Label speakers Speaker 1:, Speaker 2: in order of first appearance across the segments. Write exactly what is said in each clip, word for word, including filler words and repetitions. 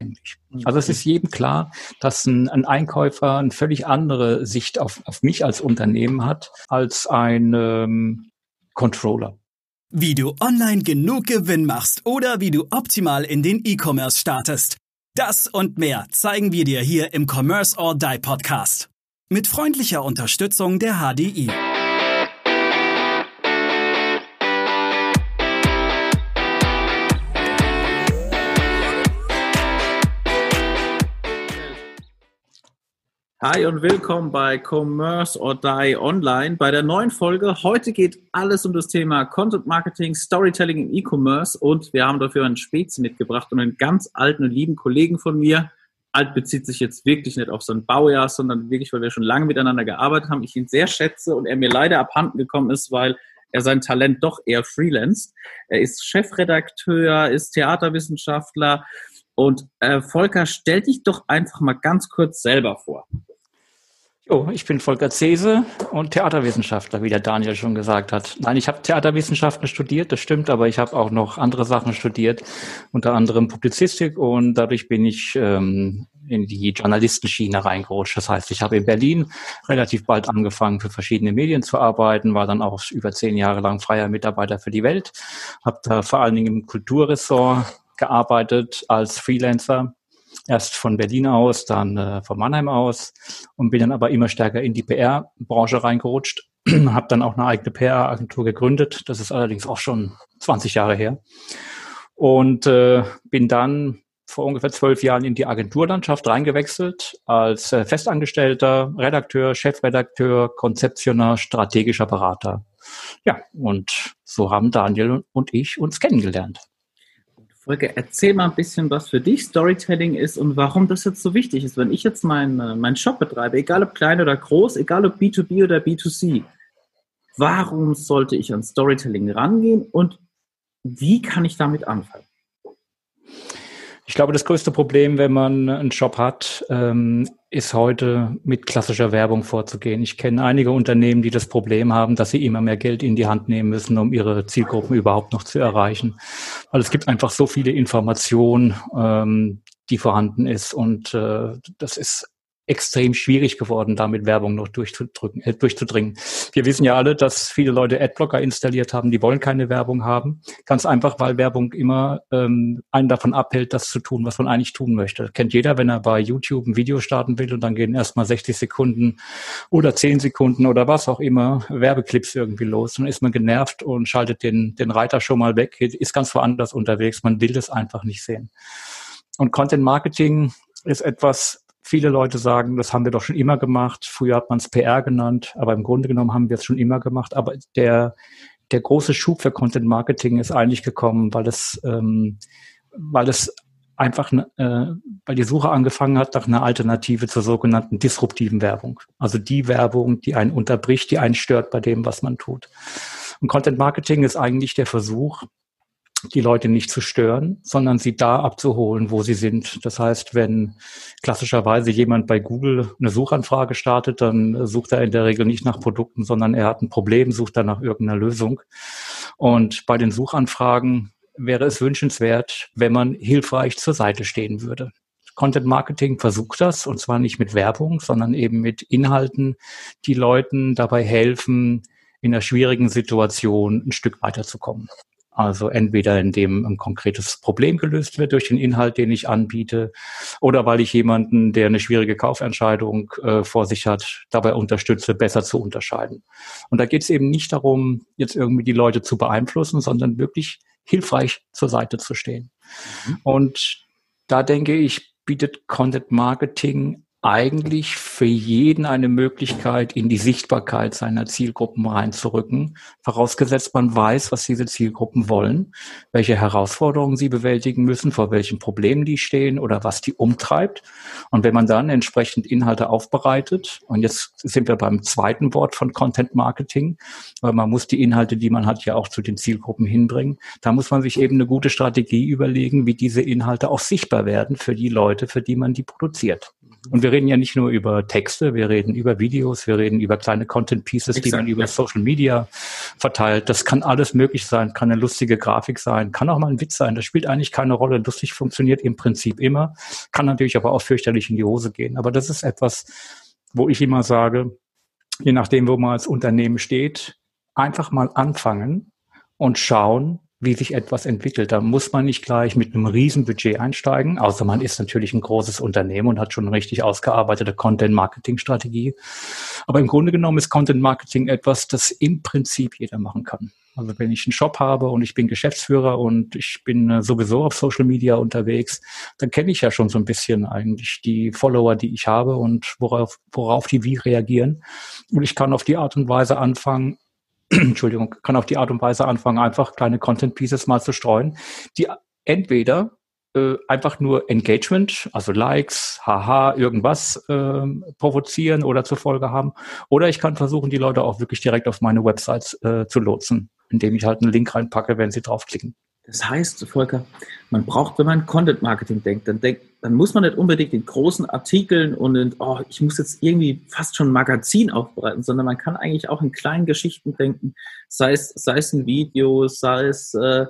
Speaker 1: eigentlich. Also es ist jedem klar, dass ein, ein Einkäufer eine völlig andere Sicht auf, auf mich als Unternehmen hat als ein ähm, Controller.
Speaker 2: Wie du online genug Gewinn machst oder wie du optimal in den E-Commerce startest. Das und mehr zeigen wir dir hier im Commerce or Die Podcast. Mit freundlicher Unterstützung der H D I.
Speaker 3: Hi und willkommen bei Commerce or Die Online. Bei der neuen Folge. Heute geht alles um das Thema Content Marketing, Storytelling im E-Commerce und wir haben dafür einen Spezi mitgebracht und einen ganz alten und lieben Kollegen von mir. Alt bezieht sich jetzt wirklich nicht auf so ein Baujahr, sondern wirklich, weil wir schon lange miteinander gearbeitet haben. Ich ihn sehr schätze und er mir leider abhanden gekommen ist, weil er sein Talent doch eher freelanced. Er ist Chefredakteur, ist Theaterwissenschaftler und äh, Volker, stell dich doch einfach mal ganz kurz selber vor.
Speaker 1: Jo, ich bin Volker Zese und Theaterwissenschaftler, wie der Daniel schon gesagt hat. Nein, ich habe Theaterwissenschaften studiert, das stimmt, aber ich habe auch noch andere Sachen studiert, unter anderem Publizistik und dadurch bin ich ähm, in die Journalistenschiene reingerutscht. Das heißt, ich habe in Berlin relativ bald angefangen, für verschiedene Medien zu arbeiten, war dann auch über zehn Jahre lang freier Mitarbeiter für die Welt, habe da vor allen Dingen im Kulturressort gearbeitet als Freelancer. Erst von Berlin aus, dann äh, von Mannheim aus und bin dann aber immer stärker in die P R-Branche reingerutscht. Habe dann auch eine eigene P R-Agentur gegründet. Das ist allerdings auch schon zwanzig Jahre her. Und äh, bin dann vor ungefähr zwölf Jahren in die Agenturlandschaft reingewechselt als äh, Festangestellter, Redakteur, Chefredakteur, Konzeptioner, strategischer Berater. Ja, und so haben Daniel und ich uns kennengelernt.
Speaker 3: Volker, erzähl mal ein bisschen, was für dich Storytelling ist und warum das jetzt so wichtig ist. Wenn ich jetzt meinen mein Shop betreibe, egal ob klein oder groß, egal ob B zwei B oder B zwei C, warum sollte ich an Storytelling rangehen und wie kann ich damit anfangen?
Speaker 1: Ich glaube, das größte Problem, wenn man einen Shop hat, ähm, ist heute mit klassischer Werbung vorzugehen. Ich kenne einige Unternehmen, die das Problem haben, dass sie immer mehr Geld in die Hand nehmen müssen, um ihre Zielgruppen überhaupt noch zu erreichen. Weil es gibt einfach so viele Informationen, ähm, die vorhanden ist und äh, das ist extrem schwierig geworden, damit Werbung noch durchzudrücken, äh, durchzudringen. Wir wissen ja alle, dass viele Leute Adblocker installiert haben, die wollen keine Werbung haben. Ganz einfach, weil Werbung immer ähm, einen davon abhält, das zu tun, was man eigentlich tun möchte. Kennt jeder, wenn er bei YouTube ein Video starten will und dann gehen erstmal sechzig Sekunden oder zehn Sekunden oder was auch immer Werbeclips irgendwie los. Dann ist man genervt und schaltet den, den Reiter schon mal weg, ist ganz woanders unterwegs. Man will das einfach nicht sehen. Und Content Marketing ist etwas, viele Leute sagen, das haben wir doch schon immer gemacht. Früher hat man es P R genannt, aber im Grunde genommen haben wir es schon immer gemacht. Aber der der große Schub für Content Marketing ist eigentlich gekommen, weil es ähm, weil es einfach äh, weil die Suche angefangen hat nach einer Alternative zur sogenannten disruptiven Werbung. Also die Werbung, die einen unterbricht, die einen stört bei dem, was man tut. Und Content Marketing ist eigentlich der Versuch, die Leute nicht zu stören, sondern sie da abzuholen, wo sie sind. Das heißt, wenn klassischerweise jemand bei Google eine Suchanfrage startet, dann sucht er in der Regel nicht nach Produkten, sondern er hat ein Problem, sucht dann nach irgendeiner Lösung. Und bei den Suchanfragen wäre es wünschenswert, wenn man hilfreich zur Seite stehen würde. Content Marketing versucht das, und zwar nicht mit Werbung, sondern eben mit Inhalten, die Leuten dabei helfen, in einer schwierigen Situation ein Stück weiterzukommen. Also entweder indem ein konkretes Problem gelöst wird durch den Inhalt, den ich anbiete, oder weil ich jemanden, der eine schwierige Kaufentscheidung äh, vor sich hat, dabei unterstütze, besser zu unterscheiden. Und da geht es eben nicht darum, jetzt irgendwie die Leute zu beeinflussen, sondern wirklich hilfreich zur Seite zu stehen. Mhm. Und da denke ich, bietet Content Marketing eigentlich für jeden eine Möglichkeit, in die Sichtbarkeit seiner Zielgruppen reinzurücken, vorausgesetzt man weiß, was diese Zielgruppen wollen, welche Herausforderungen sie bewältigen müssen, vor welchen Problemen die stehen oder was die umtreibt. Und wenn man dann entsprechend Inhalte aufbereitet, und jetzt sind wir beim zweiten Wort von Content Marketing, weil man muss die Inhalte, die man hat, ja auch zu den Zielgruppen hinbringen, da muss man sich eben eine gute Strategie überlegen, wie diese Inhalte auch sichtbar werden für die Leute, für die man die produziert. Und wir reden ja nicht nur über Texte, wir reden über Videos, wir reden über kleine Content Pieces,
Speaker 3: Exakt,
Speaker 1: die man über
Speaker 3: ja.
Speaker 1: Social Media verteilt. Das kann alles möglich sein, kann eine lustige Grafik sein, kann auch mal ein Witz sein. Das spielt eigentlich keine Rolle. Lustig funktioniert im Prinzip immer, kann natürlich aber auch fürchterlich in die Hose gehen. Aber das ist etwas, wo ich immer sage, je nachdem, wo man als Unternehmen steht, einfach mal anfangen und schauen, wie sich etwas entwickelt. Da muss man nicht gleich mit einem Riesenbudget einsteigen, außer man ist natürlich ein großes Unternehmen und hat schon eine richtig ausgearbeitete Content-Marketing-Strategie. Aber im Grunde genommen ist Content-Marketing etwas, das im Prinzip jeder machen kann. Also wenn ich einen Shop habe und ich bin Geschäftsführer und ich bin sowieso auf Social Media unterwegs, dann kenne ich ja schon so ein bisschen eigentlich die Follower, die ich habe und worauf, worauf die wie reagieren. Und ich kann auf die Art und Weise anfangen, Entschuldigung, kann auf die Art und Weise anfangen, einfach kleine Content-Pieces mal zu streuen, die entweder äh, einfach nur Engagement, also Likes, haha, irgendwas äh, provozieren oder zur Folge haben. Oder ich kann versuchen, die Leute auch wirklich direkt auf meine Websites äh, zu lotsen, indem ich halt einen Link reinpacke, wenn sie draufklicken.
Speaker 3: Das heißt, Volker, man braucht, wenn man Content-Marketing denkt, dann denkt, dann muss man nicht unbedingt in großen Artikeln und in, oh, ich muss jetzt irgendwie fast schon ein Magazin aufbereiten, sondern man kann eigentlich auch in kleinen Geschichten denken, sei es, sei es ein Video, sei es äh,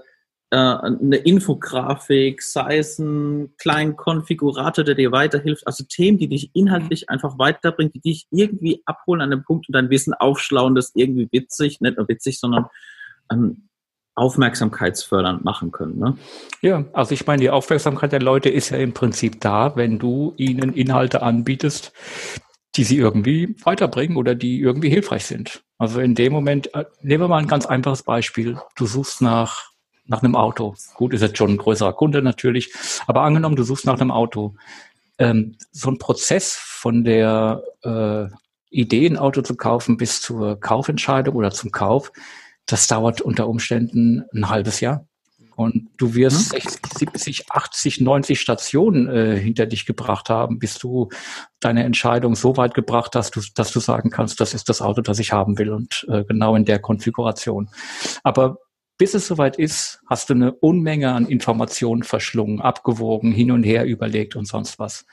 Speaker 3: eine Infografik, sei es ein kleinen Konfigurator, der dir weiterhilft. Also Themen, die dich inhaltlich einfach weiterbringen, die dich irgendwie abholen an dem Punkt und dein Wissen aufschlauen, das irgendwie witzig, nicht nur witzig, sondern ähm, aufmerksamkeitsfördernd machen können. Ne?
Speaker 1: Ja, also ich meine, die Aufmerksamkeit der Leute ist ja im Prinzip da, wenn du ihnen Inhalte anbietest, die sie irgendwie weiterbringen oder die irgendwie hilfreich sind. Also in dem Moment, nehmen wir mal ein ganz einfaches Beispiel. Du suchst nach, nach einem Auto. Gut, ist jetzt schon ein größerer Kunde natürlich, aber angenommen, du suchst nach einem Auto. Ähm, so ein Prozess von der äh, Idee, ein Auto zu kaufen, bis zur Kaufentscheidung oder zum Kauf, das dauert unter Umständen ein halbes Jahr. Und du wirst hm? sechzig, siebzig, achtzig, neunzig Stationen äh, hinter dich gebracht haben, bis du deine Entscheidung so weit gebracht hast, du, dass du sagen kannst, das ist das Auto, das ich haben will und äh, genau in der Konfiguration. Aber bis es soweit ist, hast du eine Unmenge an Informationen verschlungen, abgewogen, hin und her überlegt und sonst was.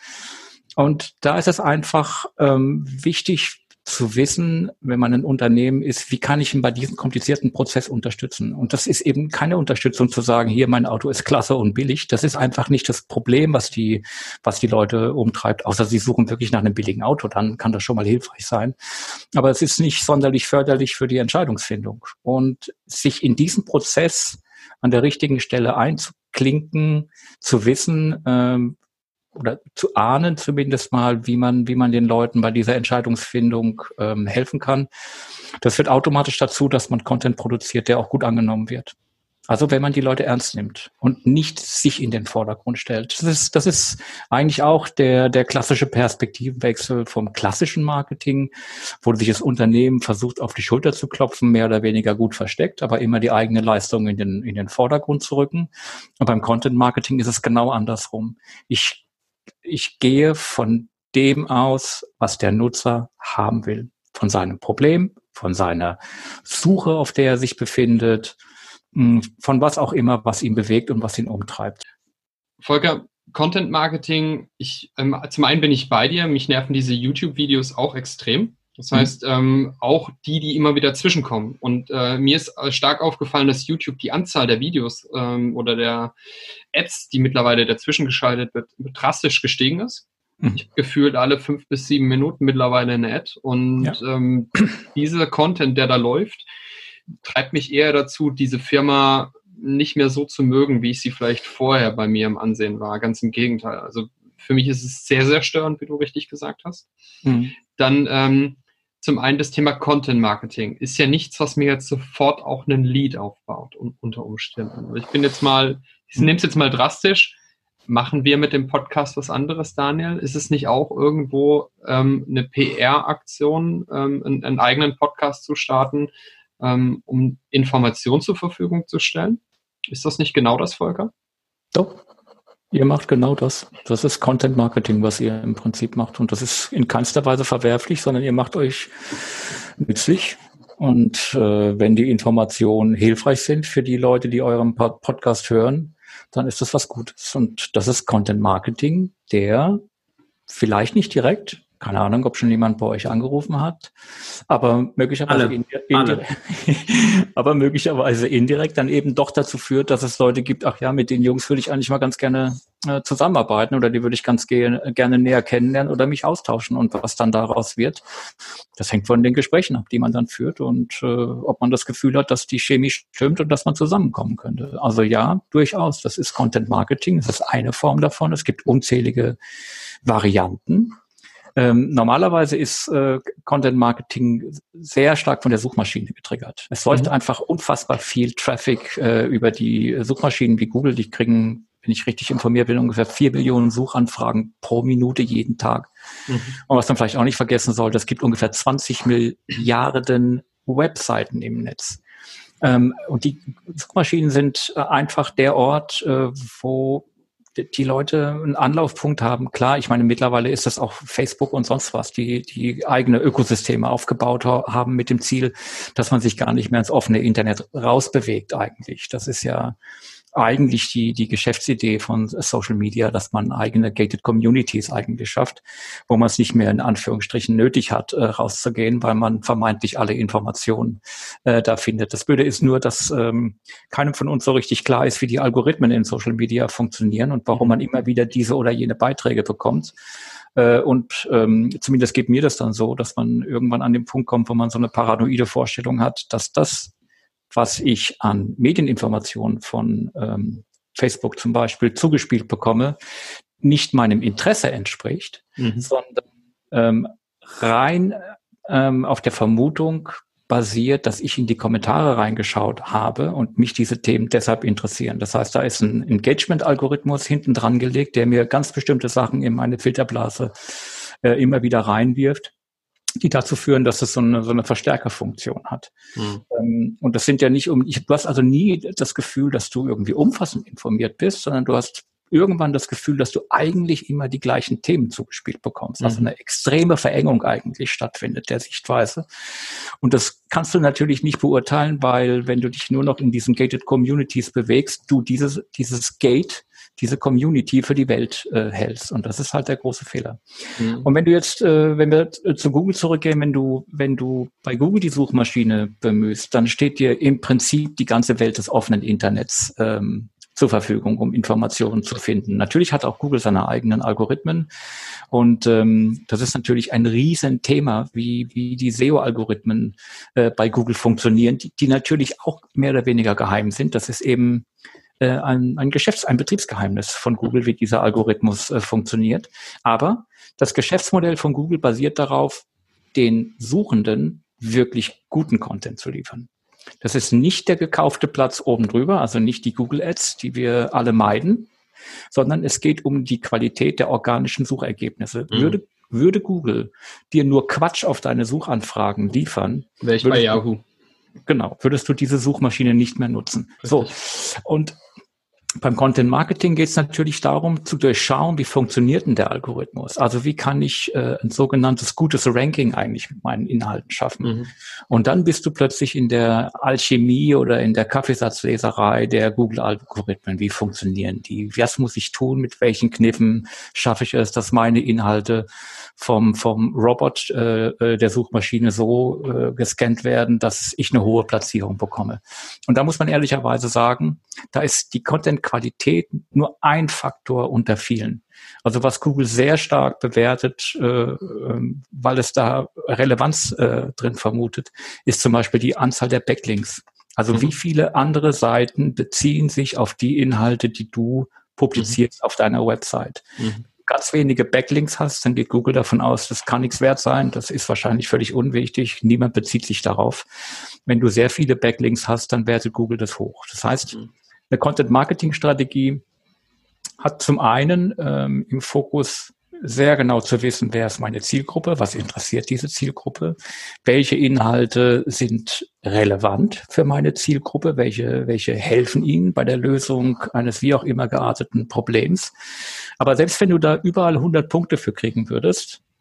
Speaker 1: Und da ist es einfach ähm, wichtig zu wissen, wenn man ein Unternehmen ist, wie kann ich ihn bei diesem komplizierten Prozess unterstützen? Und das ist eben keine Unterstützung zu sagen, hier, mein Auto ist klasse und billig. Das ist einfach nicht das Problem, was die, was die Leute umtreibt, außer sie suchen wirklich nach einem billigen Auto, dann kann das schon mal hilfreich sein. Aber es ist nicht sonderlich förderlich für die Entscheidungsfindung. Und sich in diesen Prozess an der richtigen Stelle einzuklinken, zu wissen, ähm, oder zu ahnen zumindest mal, wie man, wie man den Leuten bei dieser Entscheidungsfindung ähm, helfen kann. Das führt automatisch dazu, dass man Content produziert, der auch gut angenommen wird. Also wenn man die Leute ernst nimmt und nicht sich in den Vordergrund stellt. Das ist, das ist eigentlich auch der, der klassische Perspektivenwechsel vom klassischen Marketing, wo sich das Unternehmen versucht, auf die Schulter zu klopfen, mehr oder weniger gut versteckt, aber immer die eigene Leistung in den, in den Vordergrund zu rücken. Und beim Content Marketing ist es genau andersrum. Ich Ich gehe von dem aus, was der Nutzer haben will. Von seinem Problem, von seiner Suche, auf der er sich befindet, von was auch immer, was ihn bewegt und was ihn umtreibt.
Speaker 4: Volker, Content Marketing, ich, ähm, zum einen bin ich bei dir, mich nerven diese YouTube-Videos auch extrem. Das heißt, mhm. ähm, auch die, die immer wieder zwischenkommen. Und äh, mir ist äh, stark aufgefallen, dass YouTube die Anzahl der Videos ähm, oder der Ads, die mittlerweile dazwischen geschaltet wird, drastisch gestiegen ist. Mhm. Ich habe gefühlt alle fünf bis sieben Minuten mittlerweile eine Ad. Und ja. ähm, dieser Content, der da läuft, treibt mich eher dazu, diese Firma nicht mehr so zu mögen, wie ich sie vielleicht vorher bei mir im Ansehen war. Ganz im Gegenteil. Also für mich ist es sehr, sehr störend, wie du richtig gesagt hast. Mhm. Dann ähm, zum einen das Thema Content Marketing ist ja nichts, was mir jetzt sofort auch einen Lead aufbaut un- unter Umständen. Also ich bin jetzt mal, ich nehme es jetzt mal drastisch, machen wir mit dem Podcast was anderes, Daniel? Ist es nicht auch irgendwo ähm, eine P R-Aktion, ähm, einen, einen eigenen Podcast zu starten, ähm, um Informationen zur Verfügung zu stellen? Ist das nicht genau das, Volker?
Speaker 1: Doch. Ihr macht genau das. Das ist Content Marketing, was ihr im Prinzip macht. Und das ist in keinster Weise verwerflich, sondern ihr macht euch nützlich. Und äh, wenn die Informationen hilfreich sind für die Leute, die euren Podcast hören, dann ist das was Gutes. Und das ist Content Marketing, der Vielleicht nicht direkt. Keine Ahnung, ob schon jemand bei euch angerufen hat, aber möglicherweise,
Speaker 3: Alle.
Speaker 1: indi- indirekt, aber möglicherweise indirekt dann eben doch dazu führt, dass es Leute gibt, ach ja, mit den Jungs würde ich eigentlich mal ganz gerne äh, zusammenarbeiten oder die würde ich ganz ge- gerne näher kennenlernen oder mich austauschen, und was dann daraus wird, das hängt von den Gesprächen ab, die man dann führt, und äh, ob man das Gefühl hat, dass die Chemie stimmt und dass man zusammenkommen könnte. Also ja, durchaus, das ist Content Marketing, das ist eine Form davon, es gibt unzählige Varianten. Ähm, normalerweise ist äh, Content Marketing sehr stark von der Suchmaschine getriggert. Es läuft mhm. einfach unfassbar viel Traffic äh, über die Suchmaschinen wie Google. Die kriegen, wenn ich richtig informiert bin, ungefähr vier Millionen Suchanfragen pro Minute jeden Tag. Mhm. Und was man vielleicht auch nicht vergessen sollte, es gibt ungefähr zwanzig Milliarden Webseiten im Netz. Ähm, und die Suchmaschinen sind äh, einfach der Ort, äh, wo die Leute einen Anlaufpunkt haben. Klar, ich meine, mittlerweile ist das auch Facebook und sonst was, die die eigene Ökosysteme aufgebaut haben mit dem Ziel, dass man sich gar nicht mehr ins offene Internet rausbewegt eigentlich. Das ist ja eigentlich die die Geschäftsidee von Social Media, dass man eigene gated Communities eigentlich schafft, wo man es nicht mehr in Anführungsstrichen nötig hat, äh, rauszugehen, weil man vermeintlich alle Informationen äh, da findet. Das Blöde ist nur, dass ähm, keinem von uns so richtig klar ist, wie die Algorithmen in Social Media funktionieren und warum man immer wieder diese oder jene Beiträge bekommt. Äh, und ähm, zumindest geht mir das dann so, dass man irgendwann an den Punkt kommt, wo man so eine paranoide Vorstellung hat, dass das, was ich an Medieninformationen von ähm, Facebook zum Beispiel zugespielt bekomme, nicht meinem Interesse entspricht, mhm. sondern ähm, rein ähm, auf der Vermutung basiert, dass ich in die Kommentare reingeschaut habe und mich diese Themen deshalb interessieren. Das heißt, da ist ein Engagement-Algorithmus hinten dran gelegt, der mir ganz bestimmte Sachen in meine Filterblase äh, immer wieder reinwirft, die dazu führen, dass es so eine, so eine Verstärkerfunktion hat. Mhm. Ähm, und das sind ja nicht um, ich, du hast also nie das Gefühl, dass du irgendwie umfassend informiert bist, sondern du hast irgendwann das Gefühl, dass du eigentlich immer die gleichen Themen zugespielt bekommst. Mhm. Also eine extreme Verengung eigentlich stattfindet der Sichtweise. Und das kannst du natürlich nicht beurteilen, weil wenn du dich nur noch in diesen gated Communities bewegst, du dieses, dieses Gate, diese Community für die Welt äh, hältst. Und das ist halt der große Fehler. Mhm. Und wenn du jetzt, äh, wenn wir zu Google zurückgehen, wenn du, wenn du bei Google die Suchmaschine bemühst, dann steht dir im Prinzip die ganze Welt des offenen Internets ähm, zur Verfügung, um Informationen zu finden. Natürlich hat auch Google seine eigenen Algorithmen. Und ähm, das ist natürlich ein Riesenthema, wie, wie die S E O-Algorithmen äh, bei Google funktionieren, die, die natürlich auch mehr oder weniger geheim sind. Das ist eben Ein, ein Geschäfts-, ein Betriebsgeheimnis von Google, wie dieser Algorithmus äh, funktioniert. Aber das Geschäftsmodell von Google basiert darauf, den Suchenden wirklich guten Content zu liefern. Das ist nicht der gekaufte Platz oben drüber, also nicht die Google Ads, die wir alle meiden, sondern es geht um die Qualität der organischen Suchergebnisse. Mhm. Würde, würde Google dir nur Quatsch auf deine Suchanfragen liefern,
Speaker 4: wäre ich bei Yahoo.
Speaker 1: Genau, würdest du diese Suchmaschine nicht mehr nutzen. Richtig. So, und beim Content Marketing geht es natürlich darum, zu durchschauen, wie funktioniert denn der Algorithmus? Also wie kann ich äh, ein sogenanntes gutes Ranking eigentlich mit meinen Inhalten schaffen? Mhm. Und dann bist du plötzlich in der Alchemie oder in der Kaffeesatzleserei der Google-Algorithmen. Wie funktionieren die? Was muss ich tun? Mit welchen Kniffen schaffe ich es, dass meine Inhalte vom vom Robot äh, der Suchmaschine so äh, gescannt werden, dass ich eine hohe Platzierung bekomme? Und da muss man ehrlicherweise sagen, da ist die Content-Qualität nur ein Faktor unter vielen. Also was Google sehr stark bewertet, äh, äh, weil es da Relevanz äh, drin vermutet, ist zum Beispiel die Anzahl der Backlinks. Also mhm. wie viele andere Seiten beziehen sich auf die Inhalte, die du publizierst mhm. auf deiner Website. Mhm. Ganz wenige Backlinks hast, dann geht Google davon aus, das kann nichts wert sein. Das ist wahrscheinlich völlig unwichtig. Niemand bezieht sich darauf. Wenn du sehr viele Backlinks hast, dann wertet Google das hoch. Das heißt, eine Content-Marketing-Strategie hat zum einen ähm, im Fokus sehr genau zu wissen, wer ist meine Zielgruppe, was interessiert diese Zielgruppe, welche Inhalte sind relevant für meine Zielgruppe, welche, welche helfen ihnen bei der Lösung eines wie auch immer gearteten Problems. Aber selbst wenn du da überall hundert Punkte für kriegen würdest,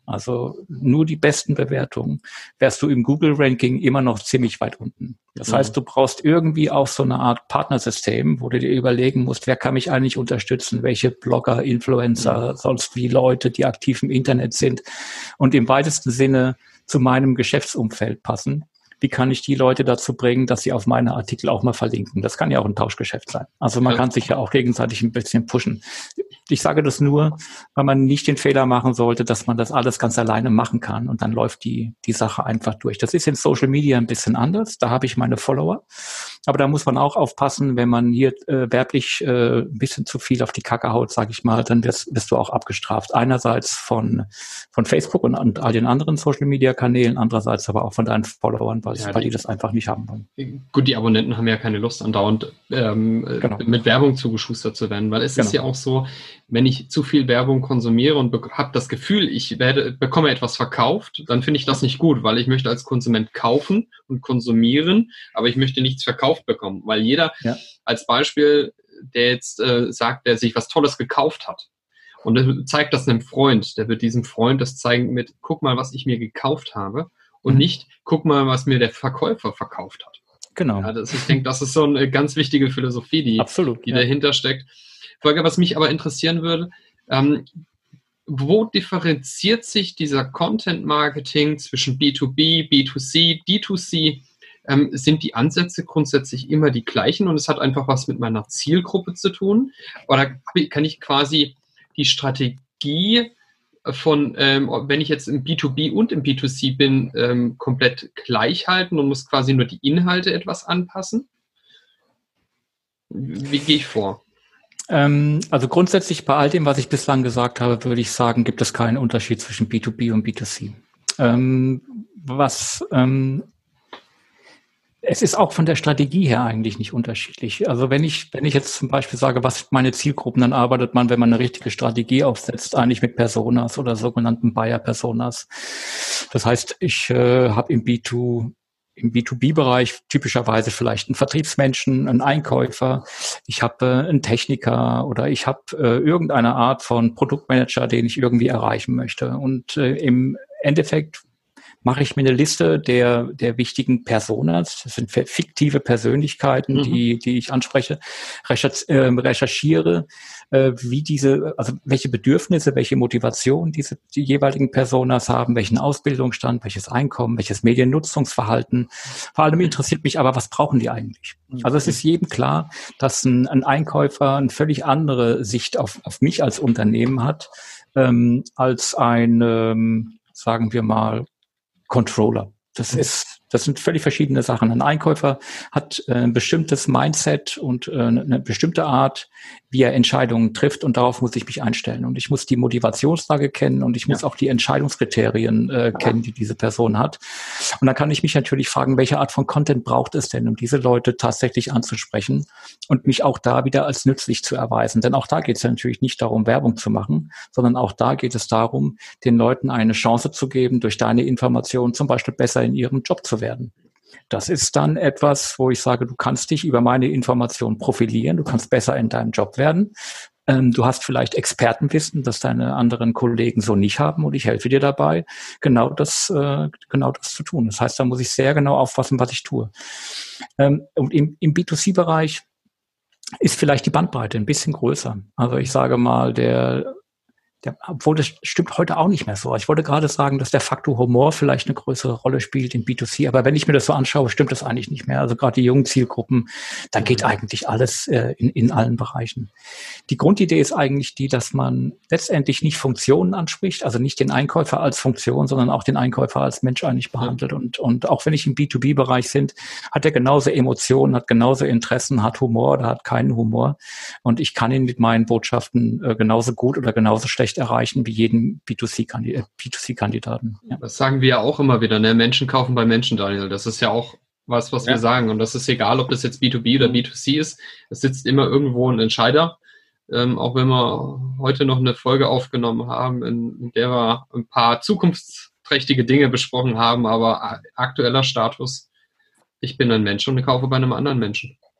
Speaker 1: Also nur die besten Bewertungen, wärst du im Google-Ranking immer noch ziemlich weit unten. Das mhm. heißt, du brauchst irgendwie auch so eine Art Partnersystem, wo du dir überlegen musst, wer kann mich eigentlich unterstützen, welche Blogger, Influencer, mhm. sonst wie Leute, die aktiv im Internet sind und im weitesten Sinne zu meinem Geschäftsumfeld passen. Wie kann ich die Leute dazu bringen, dass sie auf meine Artikel auch mal verlinken? Das kann ja auch ein Tauschgeschäft sein. Also man ja. kann sich ja auch gegenseitig ein bisschen pushen. Ich sage das nur, weil man nicht den Fehler machen sollte, dass man das alles ganz alleine machen kann und dann läuft die die Sache einfach durch. Das ist in Social Media ein bisschen anders. Da habe ich meine Follower. Aber da muss man auch aufpassen, wenn man hier äh, werblich äh, ein bisschen zu viel auf die Kacke haut, sage ich mal, dann wirst, wirst du auch abgestraft. Einerseits von von Facebook und, und all den anderen Social Media Kanälen, andererseits aber auch von deinen Followern, weil, ja, weil die, die das einfach nicht haben wollen.
Speaker 4: Gut, die Abonnenten haben ja keine Lust, andauernd ähm, genau. mit Werbung zugeschustert zu werden, weil es genau. ist ja auch so, wenn ich zu viel Werbung konsumiere und be- habe das Gefühl, ich werde bekomme etwas verkauft, dann finde ich das nicht gut, weil ich möchte als Konsument kaufen und konsumieren, aber ich möchte nichts verkauft bekommen, weil jeder ja. als Beispiel, der jetzt äh, sagt, der sich was Tolles gekauft hat und der zeigt das einem Freund, der wird diesem Freund das zeigen mit, guck mal, was ich mir gekauft habe und mhm. nicht, guck mal, was mir der Verkäufer verkauft hat.
Speaker 1: Genau.
Speaker 4: Ja, das, ich denke, das ist so eine ganz wichtige Philosophie, die,
Speaker 1: Absolut,
Speaker 4: die
Speaker 1: ja.
Speaker 4: dahinter steckt. Folge, was mich aber interessieren würde, ähm, wo differenziert sich dieser Content-Marketing zwischen B zwei B, B zwei C, D zwei C? Ähm, sind die Ansätze grundsätzlich immer die gleichen und es hat einfach was mit meiner Zielgruppe zu tun? Oder kann ich quasi die Strategie von, ähm, wenn ich jetzt im B zwei B und im B zwei C bin, ähm, komplett gleich halten und muss quasi nur die Inhalte etwas anpassen? Wie gehe ich vor?
Speaker 1: Also grundsätzlich bei all dem, was ich bislang gesagt habe, würde ich sagen, gibt es keinen Unterschied zwischen B zwei B und B zwei C. Ähm, was ähm, es ist auch von der Strategie her eigentlich nicht unterschiedlich. Also wenn ich wenn ich jetzt zum Beispiel sage, was sind meine Zielgruppen, dann arbeitet man, wenn man eine richtige Strategie aufsetzt, eigentlich mit Personas oder sogenannten Buyer-Personas. Das heißt, ich äh, habe im B zwei Im B zwei B-Bereich typischerweise vielleicht einen Vertriebsmenschen, einen Einkäufer, ich habe äh, einen Techniker oder ich habe äh, irgendeine Art von Produktmanager, den ich irgendwie erreichen möchte. Und äh, im Endeffekt mache ich mir eine Liste der der wichtigen Personas. Das sind fiktive Persönlichkeiten, mhm. die die ich anspreche, recherch, äh, recherchiere, äh, wie diese, also welche Bedürfnisse, welche Motivation diese die jeweiligen Personas haben, welchen Ausbildungsstand, welches Einkommen, welches Mediennutzungsverhalten. Vor allem interessiert mich aber, was brauchen die eigentlich? Mhm. Also es ist jedem klar, dass ein, ein Einkäufer eine völlig andere Sicht auf auf mich als Unternehmen hat, ähm, als ein, ähm, sagen wir mal, Controller. Das ist, das sind völlig verschiedene Sachen. Ein Einkäufer hat äh, ein bestimmtes Mindset und äh, eine bestimmte Art, wie er Entscheidungen trifft und darauf muss ich mich einstellen. Und ich muss die Motivationslage kennen und ich muss ja. auch die Entscheidungskriterien äh, kennen, die diese Person hat. Und dann kann ich mich natürlich fragen, welche Art von Content braucht es denn, um diese Leute tatsächlich anzusprechen und mich auch da wieder als nützlich zu erweisen. Denn auch da geht es ja natürlich nicht darum, Werbung zu machen, sondern auch da geht es darum, den Leuten eine Chance zu geben, durch deine Informationen zum Beispiel besser in ihrem Job zu werden. Das ist dann etwas, wo ich sage, du kannst dich über meine Informationen profilieren, du kannst besser in deinem Job werden. Ähm, du hast vielleicht Expertenwissen, das deine anderen Kollegen so nicht haben und ich helfe dir dabei, genau das, äh, genau das zu tun. Das heißt, da muss ich sehr genau aufpassen, was ich tue. Ähm, und im, im B zwei C-Bereich ist vielleicht die Bandbreite ein bisschen größer. Also ich sage mal, der Der, obwohl das stimmt heute auch nicht mehr so. Ich wollte gerade sagen, dass der Faktor Humor vielleicht eine größere Rolle spielt in B zwei C, aber wenn ich mir das so anschaue, stimmt das eigentlich nicht mehr. Also gerade die jungen Zielgruppen, da geht eigentlich alles äh, in, in allen Bereichen. Die Grundidee ist eigentlich die, dass man letztendlich nicht Funktionen anspricht, also nicht den Einkäufer als Funktion, sondern auch den Einkäufer als Mensch eigentlich behandelt. Und, und auch wenn ich im B zwei B-Bereich bin, hat er genauso Emotionen, hat genauso Interessen, hat Humor oder hat keinen Humor. Und ich kann ihn mit meinen Botschaften äh, genauso gut oder genauso schlecht erreichen wie jeden B zwei C-Kandidaten. Ja.
Speaker 4: Das sagen wir ja auch immer wieder, ne? Menschen kaufen bei Menschen, Daniel. Das ist ja auch was, was ja. wir sagen. Und das ist egal, ob das jetzt B zwei B oder B zwei C ist. Es sitzt immer irgendwo ein Entscheider. Ähm, auch wenn wir heute noch eine Folge aufgenommen haben, in, in der wir ein paar zukunftsträchtige Dinge besprochen haben, aber aktueller Status, ich bin ein Mensch und ich kaufe bei einem anderen Menschen.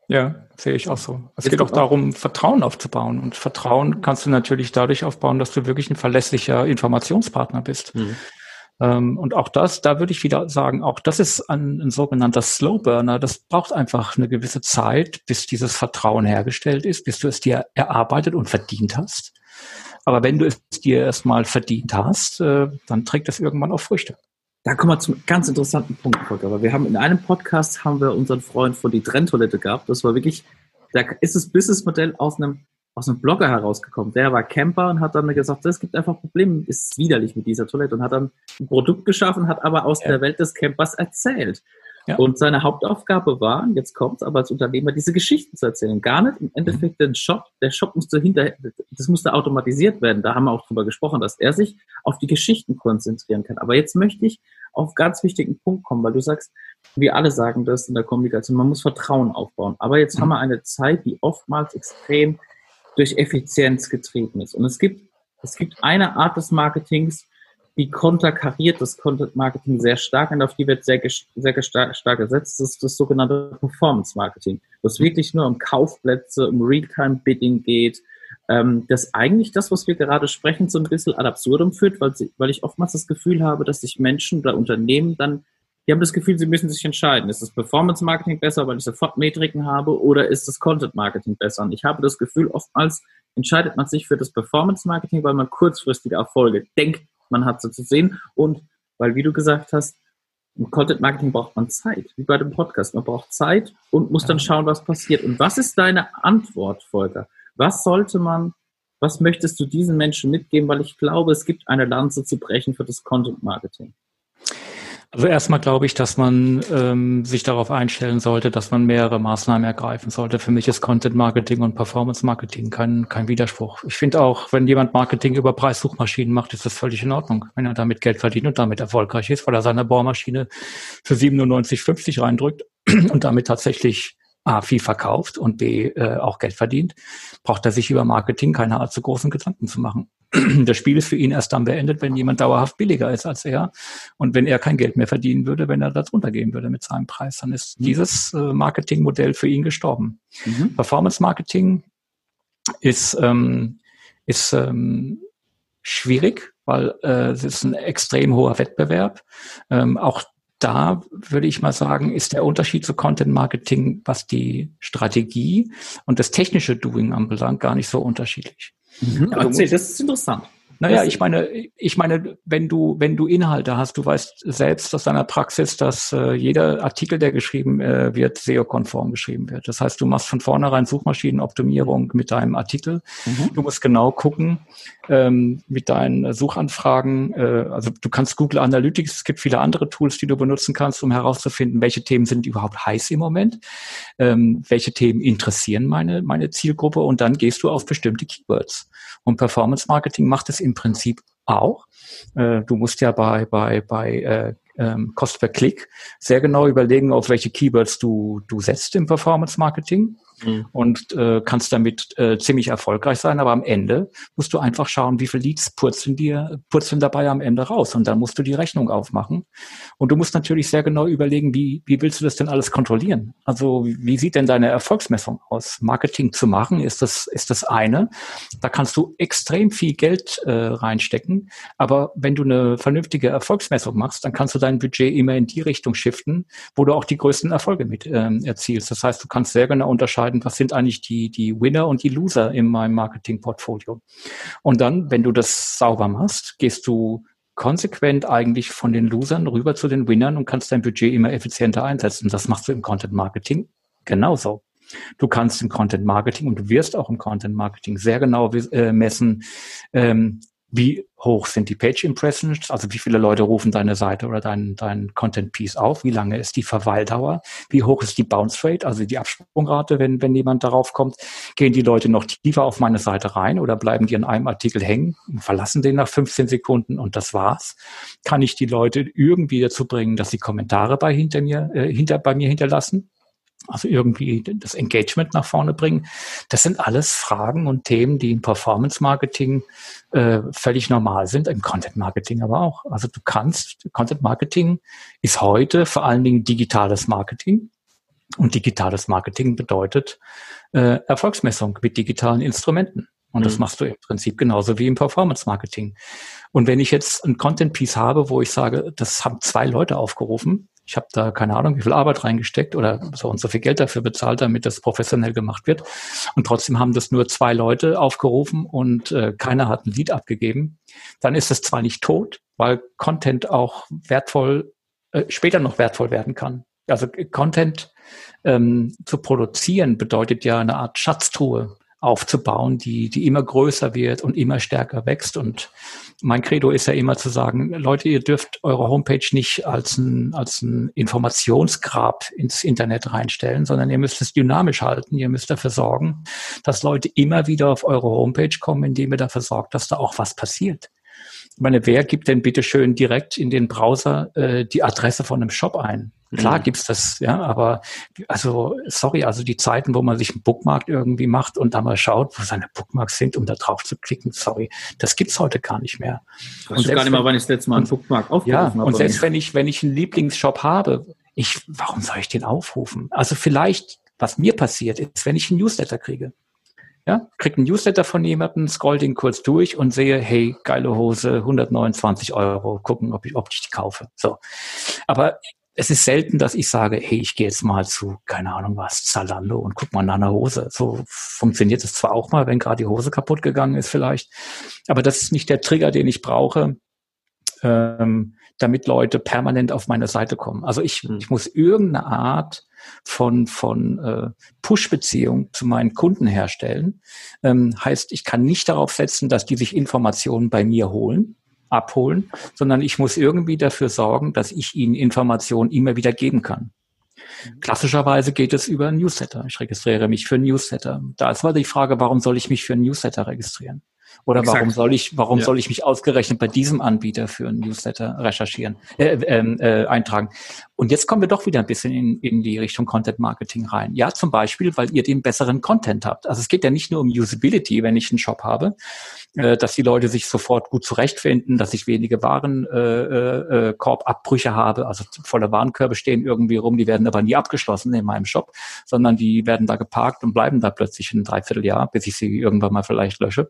Speaker 1: Ja, sehe ich auch so. Es geht auch darum, Vertrauen aufzubauen. Und Vertrauen kannst du natürlich dadurch aufbauen, dass du wirklich ein verlässlicher Informationspartner bist. Mhm. Ähm, und auch das, da würde ich wieder sagen, auch das ist ein, ein sogenannter Slowburner. Das braucht einfach eine gewisse Zeit, bis dieses Vertrauen hergestellt ist, bis du es dir erarbeitet und verdient hast. Aber wenn du es dir erstmal verdient hast, äh, dann trägt es irgendwann auch Früchte.
Speaker 3: Da kommen wir zum ganz interessanten Punkt, Volker. Aber wir haben in einem Podcast haben wir unseren Freund von die Trenntoilette gehabt. Das war wirklich, da ist das Businessmodell aus einem, aus einem Blogger herausgekommen. Der war Camper und hat dann gesagt, es gibt einfach Probleme, ist widerlich mit dieser Toilette und hat dann ein Produkt geschaffen, hat aber aus ja. der Welt des Campers erzählt. Ja. Und seine Hauptaufgabe war, jetzt kommt's, aber als Unternehmer diese Geschichten zu erzählen. Gar nicht im Endeffekt den Shop, der Shop musste hinter, das musste automatisiert werden. Da haben wir auch drüber gesprochen, dass er sich auf die Geschichten konzentrieren kann. Aber jetzt möchte ich auf einen ganz wichtigen Punkt kommen, weil du sagst, wir alle sagen das in der Kommunikation, man muss Vertrauen aufbauen. Aber jetzt mhm. haben wir eine Zeit, die oftmals extrem durch Effizienz getrieben ist. Und es gibt, es gibt eine Art des Marketings, die konterkariert das Content-Marketing sehr stark und auf die wird sehr, sehr stark, stark gesetzt. Das ist das sogenannte Performance-Marketing, wo es wirklich nur um Kaufplätze, um Real-Time-Bidding geht, ähm, das eigentlich das, was wir gerade sprechen, so ein bisschen ad absurdum führt, weil, sie, weil ich oftmals das Gefühl habe, dass sich Menschen oder Unternehmen dann, die haben das Gefühl, sie müssen sich entscheiden. Ist das Performance-Marketing besser, weil ich sofort Metriken habe, oder ist das Content-Marketing besser? Und ich habe das Gefühl, oftmals entscheidet man sich für das Performance-Marketing, weil man kurzfristige Erfolge denkt, man hat so zu sehen, und weil, wie du gesagt hast, im Content-Marketing braucht man Zeit, wie bei dem Podcast. Man braucht Zeit und muss dann schauen, was passiert. Und was ist deine Antwort, Volker? Was sollte man, was möchtest du diesen Menschen mitgeben? Weil ich glaube, es gibt eine Lanze zu brechen für das Content-Marketing.
Speaker 1: Also erstmal glaube ich, dass man ähm, sich darauf einstellen sollte, dass man mehrere Maßnahmen ergreifen sollte. Für mich ist Content Marketing und Performance Marketing kein, kein Widerspruch. Ich finde auch, wenn jemand Marketing über Preissuchmaschinen macht, ist das völlig in Ordnung. Wenn er damit Geld verdient und damit erfolgreich ist, weil er seine Bohrmaschine für siebenundneunzig fünfzig reindrückt und damit tatsächlich A, viel verkauft und B, äh, auch Geld verdient, braucht er sich über Marketing keine allzu großen Gedanken zu machen. Das Spiel ist für ihn erst dann beendet, wenn jemand dauerhaft billiger ist als er und wenn er kein Geld mehr verdienen würde, wenn er da drunter gehen würde mit seinem Preis, dann ist mhm. dieses äh, Marketingmodell für ihn gestorben. Mhm. Performance Marketing ist, ähm, ist ähm, schwierig, weil äh, es ist ein extrem hoher Wettbewerb. Ähm, auch Da würde ich mal sagen, ist der Unterschied zu Content Marketing, was die Strategie und das technische Doing anbelangt, gar nicht so unterschiedlich.
Speaker 3: Mhm. Also erzähl, das ist interessant.
Speaker 1: Naja, ich meine, ich meine, wenn du, wenn du Inhalte hast, du weißt selbst aus deiner Praxis, dass äh, jeder Artikel, der geschrieben äh, wird, S E O-konform geschrieben wird. Das heißt, du machst von vornherein Suchmaschinenoptimierung mit deinem Artikel. Mhm. Du musst genau gucken ähm, mit deinen Suchanfragen. Äh, also du kannst Google Analytics, es gibt viele andere Tools, die du benutzen kannst, um herauszufinden, welche Themen sind überhaupt heiß im Moment, ähm, welche Themen interessieren meine meine Zielgruppe, und dann gehst du auf bestimmte Keywords. Und Performance Marketing macht es im Prinzip auch. Äh, du musst ja bei bei bei äh, ähm, Cost per Klick sehr genau überlegen, auf welche Keywords du du setzt im Performance Marketing. Mhm. Und äh, kannst damit äh, ziemlich erfolgreich sein, aber am Ende musst du einfach schauen, wie viele Leads purzeln dir purzeln dabei am Ende raus, und dann musst du die Rechnung aufmachen. Und du musst natürlich sehr genau überlegen, wie wie willst du das denn alles kontrollieren? Also wie sieht denn deine Erfolgsmessung aus? Marketing zu machen ist das ist das eine. Da kannst du extrem viel Geld äh, reinstecken, aber wenn du eine vernünftige Erfolgsmessung machst, dann kannst du dein Budget immer in die Richtung shiften, wo du auch die größten Erfolge mit ähm, erzielst. Das heißt, du kannst sehr genau unterscheiden, was sind eigentlich die, die Winner und die Loser in meinem Marketingportfolio. Und dann, wenn du das sauber machst, gehst du konsequent eigentlich von den Losern rüber zu den Winnern und kannst dein Budget immer effizienter einsetzen. Das machst du im Content Marketing genauso. Du kannst im Content Marketing und du wirst auch im Content Marketing sehr genau äh, messen, ähm, wie hoch sind die Page Impressions, also wie viele Leute rufen deine Seite oder dein, dein Content Piece auf, wie lange ist die Verweildauer, wie hoch ist die Bounce Rate, also die Absprungrate, wenn, wenn jemand darauf kommt, gehen die Leute noch tiefer auf meine Seite rein oder bleiben die in einem Artikel hängen und verlassen den nach fünfzehn Sekunden und das war's. Kann ich die Leute irgendwie dazu bringen, dass sie Kommentare bei hinter mir, äh, hinter, bei mir hinterlassen? Also irgendwie das Engagement nach vorne bringen. Das sind alles Fragen und Themen, die im Performance-Marketing äh, völlig normal sind, im Content-Marketing aber auch. Also du kannst, Content-Marketing ist heute vor allen Dingen digitales Marketing. Und digitales Marketing bedeutet äh, Erfolgsmessung mit digitalen Instrumenten. Und das machst du im Prinzip genauso wie im Performance-Marketing. Und wenn ich jetzt ein Content-Piece habe, wo ich sage, das haben zwei Leute aufgerufen, ich habe da keine Ahnung, wie viel Arbeit reingesteckt oder so und so viel Geld dafür bezahlt, damit das professionell gemacht wird. Und trotzdem haben das nur zwei Leute aufgerufen und äh, keiner hat ein Lead abgegeben. Dann ist es zwar nicht tot, weil Content auch wertvoll, äh, später noch wertvoll werden kann. Also Content ähm, zu produzieren bedeutet ja eine Art Schatztruhe aufzubauen, die die immer größer wird und immer stärker wächst. Und mein Credo ist ja immer zu sagen, Leute, ihr dürft eure Homepage nicht als ein, als ein Informationsgrab ins Internet reinstellen, sondern ihr müsst es dynamisch halten. Ihr müsst dafür sorgen, dass Leute immer wieder auf eure Homepage kommen, indem ihr dafür sorgt, dass da auch was passiert. Ich meine, wer gibt denn bitte schön direkt in den Browser äh, die Adresse von einem Shop ein? Klar
Speaker 3: Mhm.
Speaker 1: gibt's das, ja, aber also sorry, also die Zeiten, wo man sich einen Bookmark irgendwie macht und da mal schaut, wo seine Bookmarks sind, um da drauf zu klicken, sorry, das gibt's heute gar nicht mehr.
Speaker 3: Ich weiß gar nicht mal, wann ich das letzte Mal einen Bookmark aufgerufen
Speaker 1: Ja,
Speaker 3: habe.
Speaker 1: und selbst wenn ich wenn ich einen Lieblingsshop habe, ich, warum soll ich den aufrufen? Also vielleicht, was mir passiert ist, wenn ich einen Newsletter kriege. Ja, krieg einen Newsletter von jemandem, scroll den kurz durch und sehe, hey, geile Hose, hundertneunundzwanzig Euro, gucken, ob ich, ob ich die kaufe. So. Aber es ist selten, dass ich sage, hey, ich gehe jetzt mal zu, keine Ahnung was, Zalando und guck mal nach einer Hose. So funktioniert es zwar auch mal, wenn gerade die Hose kaputt gegangen ist vielleicht, aber das ist nicht der Trigger, den ich brauche, ähm, damit Leute permanent auf meine Seite kommen. Also ich,
Speaker 3: Hm.
Speaker 1: ich muss irgendeine Art von von äh, Push-Beziehung zu meinen Kunden herstellen. Ähm, heißt, ich kann nicht darauf setzen, dass die sich Informationen bei mir holen, abholen, sondern ich muss irgendwie dafür sorgen, dass ich ihnen Informationen immer wieder geben kann. Klassischerweise geht es über einen Newsletter. Ich registriere mich für einen Newsletter. Da ist mal die Frage, warum soll ich mich für einen Newsletter registrieren? Oder
Speaker 3: Exakt.
Speaker 1: warum soll ich, warum
Speaker 3: Ja.
Speaker 1: soll ich mich ausgerechnet bei diesem Anbieter für einen Newsletter recherchieren, äh, äh, äh, eintragen? Und jetzt kommen wir doch wieder ein bisschen in, in die Richtung Content Marketing rein. Ja, zum Beispiel, weil ihr den besseren Content habt. Also es geht ja nicht nur um Usability, wenn ich einen Shop habe, äh, dass die Leute sich sofort gut zurechtfinden, dass ich wenige Warenkorbabbrüche äh, äh, Korbabbrüche habe, also volle Warenkörbe stehen irgendwie rum, die werden aber nie abgeschlossen in meinem Shop, sondern die werden da geparkt und bleiben da plötzlich ein Dreivierteljahr, bis ich sie irgendwann mal vielleicht lösche.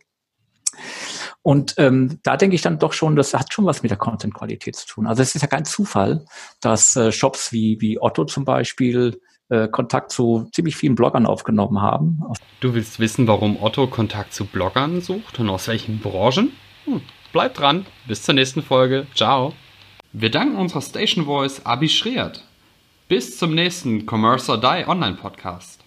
Speaker 1: Und ähm, da denke ich dann doch schon, das hat schon was mit der Content-Qualität zu tun. Also es ist ja kein Zufall, dass äh, Shops wie wie Otto zum Beispiel äh, Kontakt zu ziemlich vielen Bloggern aufgenommen haben.
Speaker 5: Du willst wissen, warum Otto Kontakt zu Bloggern sucht und aus welchen Branchen? Hm, bleib dran. Bis zur nächsten Folge. Ciao. Wir danken unserer Station Voice Abi Schreert. Bis zum nächsten Commerce or Die Online Podcast.